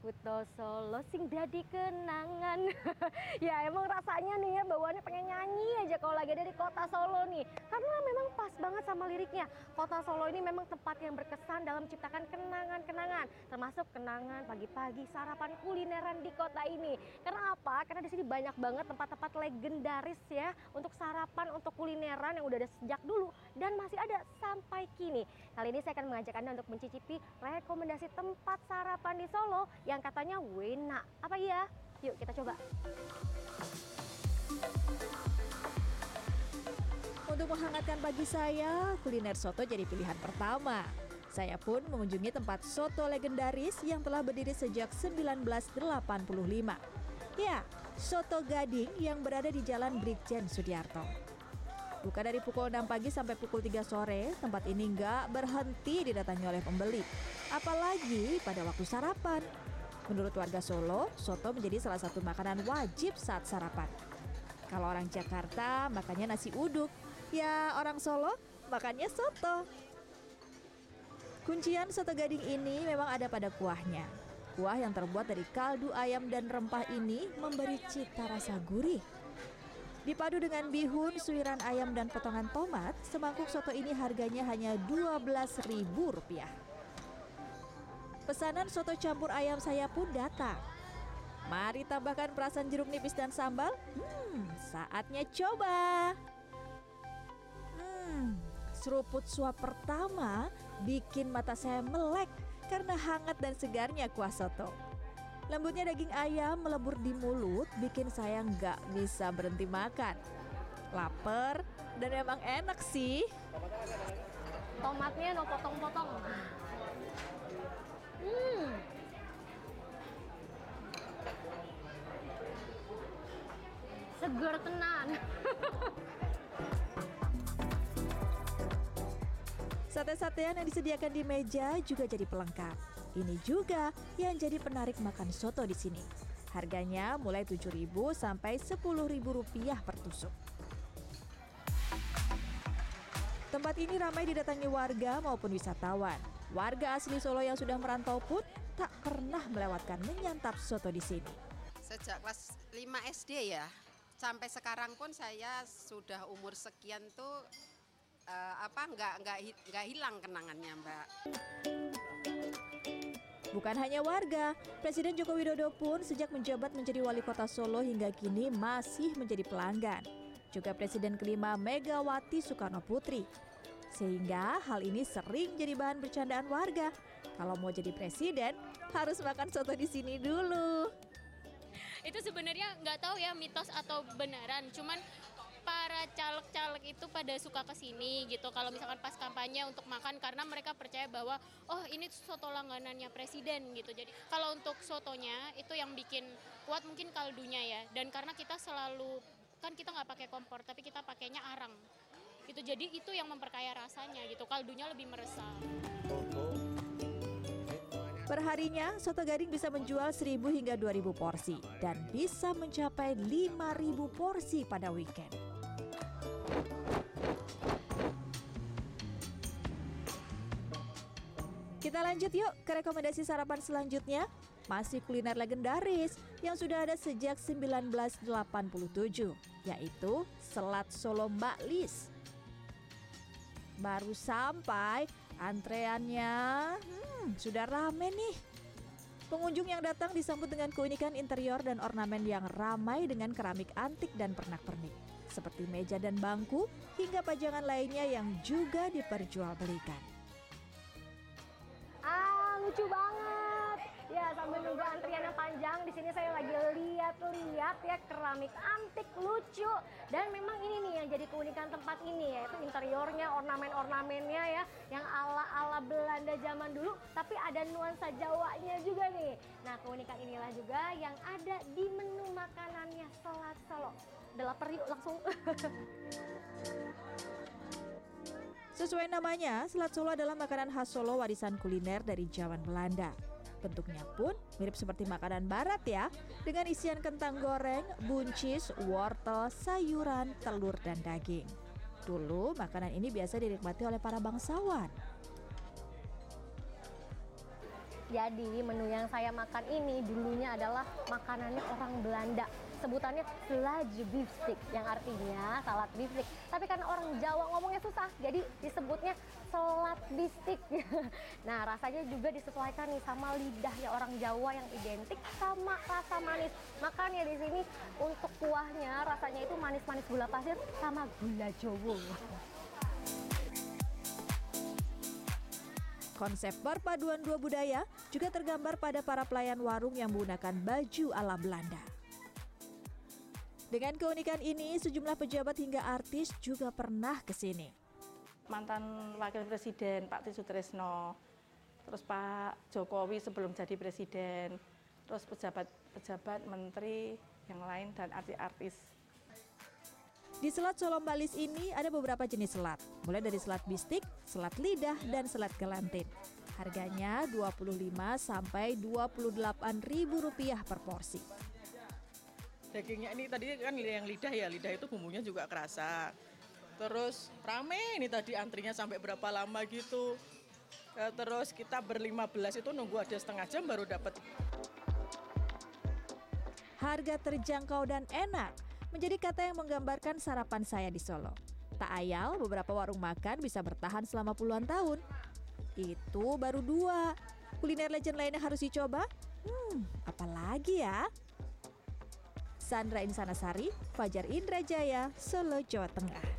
Kuto Solo sing dadi kenangan. Ya emang rasanya nih ya bawaannya pengen nyanyi aja kalau lagi ada di kota Solo nih. Karena memang pas banget sama liriknya. Kota Solo ini memang tempat yang berkesan dalam menciptakan kenangan-kenangan. Termasuk kenangan pagi-pagi sarapan kulineran di kota ini. Karena apa? Karena di sini banyak banget tempat-tempat legendaris ya untuk sarapan, untuk kulineran yang udah ada sejak dulu dan masih ada sampai kini. Kali ini saya akan mengajak Anda untuk mencicipi rekomendasi tempat sarapan di Solo yang katanya enak. Apa iya? Yuk kita coba. Untuk menghangatkan pagi saya, kuliner soto jadi pilihan pertama. Saya pun mengunjungi tempat soto legendaris yang telah berdiri sejak 1985. Ya, Soto Gading yang berada di Jalan Brigjen Sudiarto. Buka dari pukul 6 pagi sampai pukul 3 sore, tempat ini nggak berhenti didatangi oleh pembeli. Apalagi pada waktu sarapan. Menurut warga Solo, soto menjadi salah satu makanan wajib saat sarapan. Kalau orang Jakarta, makannya nasi uduk. Ya, orang Solo, makannya soto. Kuncian soto Gading ini memang ada pada kuahnya. Kuah yang terbuat dari kaldu ayam dan rempah ini memberi cita rasa gurih. Dipadu dengan bihun, suiran ayam dan potongan tomat, semangkuk soto ini harganya hanya Rp12.000. Pesanan soto campur ayam saya pun datang. Mari tambahkan perasan jeruk nipis dan sambal. Saatnya coba. Seruput suap pertama bikin mata saya melek karena hangat dan segarnya kuah soto. Lembutnya daging ayam melebur di mulut bikin saya nggak bisa berhenti makan. Laper dan emang enak sih. Tomatnya no potong-potong. Seger tenan. Sate-satean yang disediakan di meja juga jadi pelengkap. Ini juga yang jadi penarik makan soto di sini. Harganya mulai Rp7.000 sampai Rp10.000 per tusuk. Tempat ini ramai didatangi warga maupun wisatawan. Warga asli Solo yang sudah merantau pun tak pernah melewatkan menyantap soto di sini. Sejak kelas 5 SD ya, sampai sekarang pun saya sudah umur sekian tuh nggak hilang kenangannya, Mbak. Bukan hanya warga, Presiden Joko Widodo pun sejak menjabat menjadi wali kota Solo hingga kini masih menjadi pelanggan. Juga Presiden kelima Megawati Soekarno Putri. Sehingga hal ini sering jadi bahan bercandaan warga. Kalau mau jadi presiden, harus makan soto di sini dulu. Itu sebenarnya nggak tahu ya mitos atau benaran, cuman para caleg-caleg itu pada suka kesini gitu kalau misalkan pas kampanye untuk makan karena mereka percaya bahwa oh ini soto langganannya presiden gitu. Jadi kalau untuk sotonya itu yang bikin kuat mungkin kaldunya ya, dan karena kita selalu kan kita nggak pakai kompor tapi kita pakainya arang gitu, jadi itu yang memperkaya rasanya gitu, kaldunya lebih meresap. Perharinya, soto Gading bisa menjual 1.000 hingga 2.000 porsi dan bisa mencapai 5.000 porsi pada weekend. Kita lanjut yuk ke rekomendasi sarapan selanjutnya. Masih kuliner legendaris yang sudah ada sejak 1987, yaitu Selat Solo Mbak Lis. Baru sampai, antreannya sudah rame nih. Pengunjung yang datang disambut dengan keunikan interior dan ornamen yang ramai dengan keramik antik dan pernak-pernik, seperti meja dan bangku hingga pajangan lainnya yang juga diperjualbelikan. Lucu banget. Ya, sambil nunggu antrian yang panjang, di sini saya lagi lihat-lihat ya keramik antik lucu. Dan memang ini nih yang jadi keunikan tempat ini, yaitu interiornya, ornamen-ornamennya ya, yang ala-ala Belanda zaman dulu, tapi ada nuansa Jawanya juga nih. Nah, keunikan inilah juga yang ada di menu makanannya Selat Solo. Udah lapar yuk langsung. Sesuai namanya, selat Solo adalah makanan khas Solo warisan kuliner dari zaman Belanda. Bentuknya pun mirip seperti makanan barat ya, dengan isian kentang goreng, buncis, wortel, sayuran, telur, dan daging. Dulu makanan ini biasa dinikmati oleh para bangsawan. Jadi menu yang saya makan ini dulunya adalah makanannya orang Belanda. Sebutannya slagebiefstuk yang artinya salad beefsteak. Tapi karena orang Jawa ngomongnya susah, jadi disebutnya selat bistik. Nah, rasanya juga disesuaikan nih sama lidahnya orang Jawa yang identik sama rasa manis. Makanya di sini untuk kuahnya rasanya itu manis-manis gula pasir sama gula Jawa. Konsep perpaduan dua budaya juga tergambar pada para pelayan warung yang menggunakan baju ala Belanda. Dengan keunikan ini, sejumlah pejabat hingga artis juga pernah ke sini. Mantan Wakil Presiden Pak Tri Sutresno, terus Pak Jokowi sebelum jadi presiden, terus pejabat menteri yang lain dan artis-artis. Di Selat Solombalis ini ada beberapa jenis selat, mulai dari selat bistik, selat lidah, dan selat gelantin. Harganya Rp25 sampai Rp28.000 per porsi. Dagingnya ini tadi kan yang lidah ya, lidah itu bumbunya juga kerasa. Terus rame ini tadi antrinya sampai berapa lama gitu. Terus kita ber-15 itu nunggu ada setengah jam baru dapat. Harga terjangkau dan enak menjadi kata yang menggambarkan sarapan saya di Solo. Tak ayal beberapa warung makan bisa bertahan selama puluhan tahun. Itu baru 2. Kuliner legend lainnya harus dicoba? Apalagi ya? Sandra Insanasari, Fajar Indrajaya, Solo, Jawa Tengah.